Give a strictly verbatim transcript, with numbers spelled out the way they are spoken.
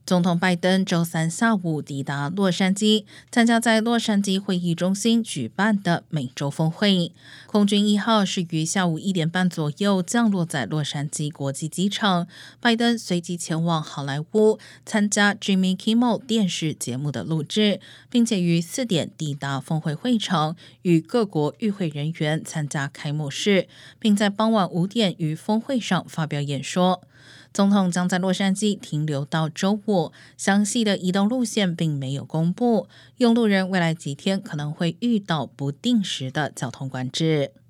总统拜登周三下午抵达洛杉矶，参加在洛杉矶会议中心举办的美洲峰会。空军一号是于下午一点半左右降落在洛杉矶国际机场，拜登随即前往好莱坞参加 Jimmy Kimmel 电视节目的录制，并且于四点抵达峰会会场，与各国与会人员参加开幕式，并在傍晚五点于峰会上发表演说。总统将在洛杉矶停留到周五，详细的移动路线并没有公布，用路人未来几天可能会遇到不定时的交通管制。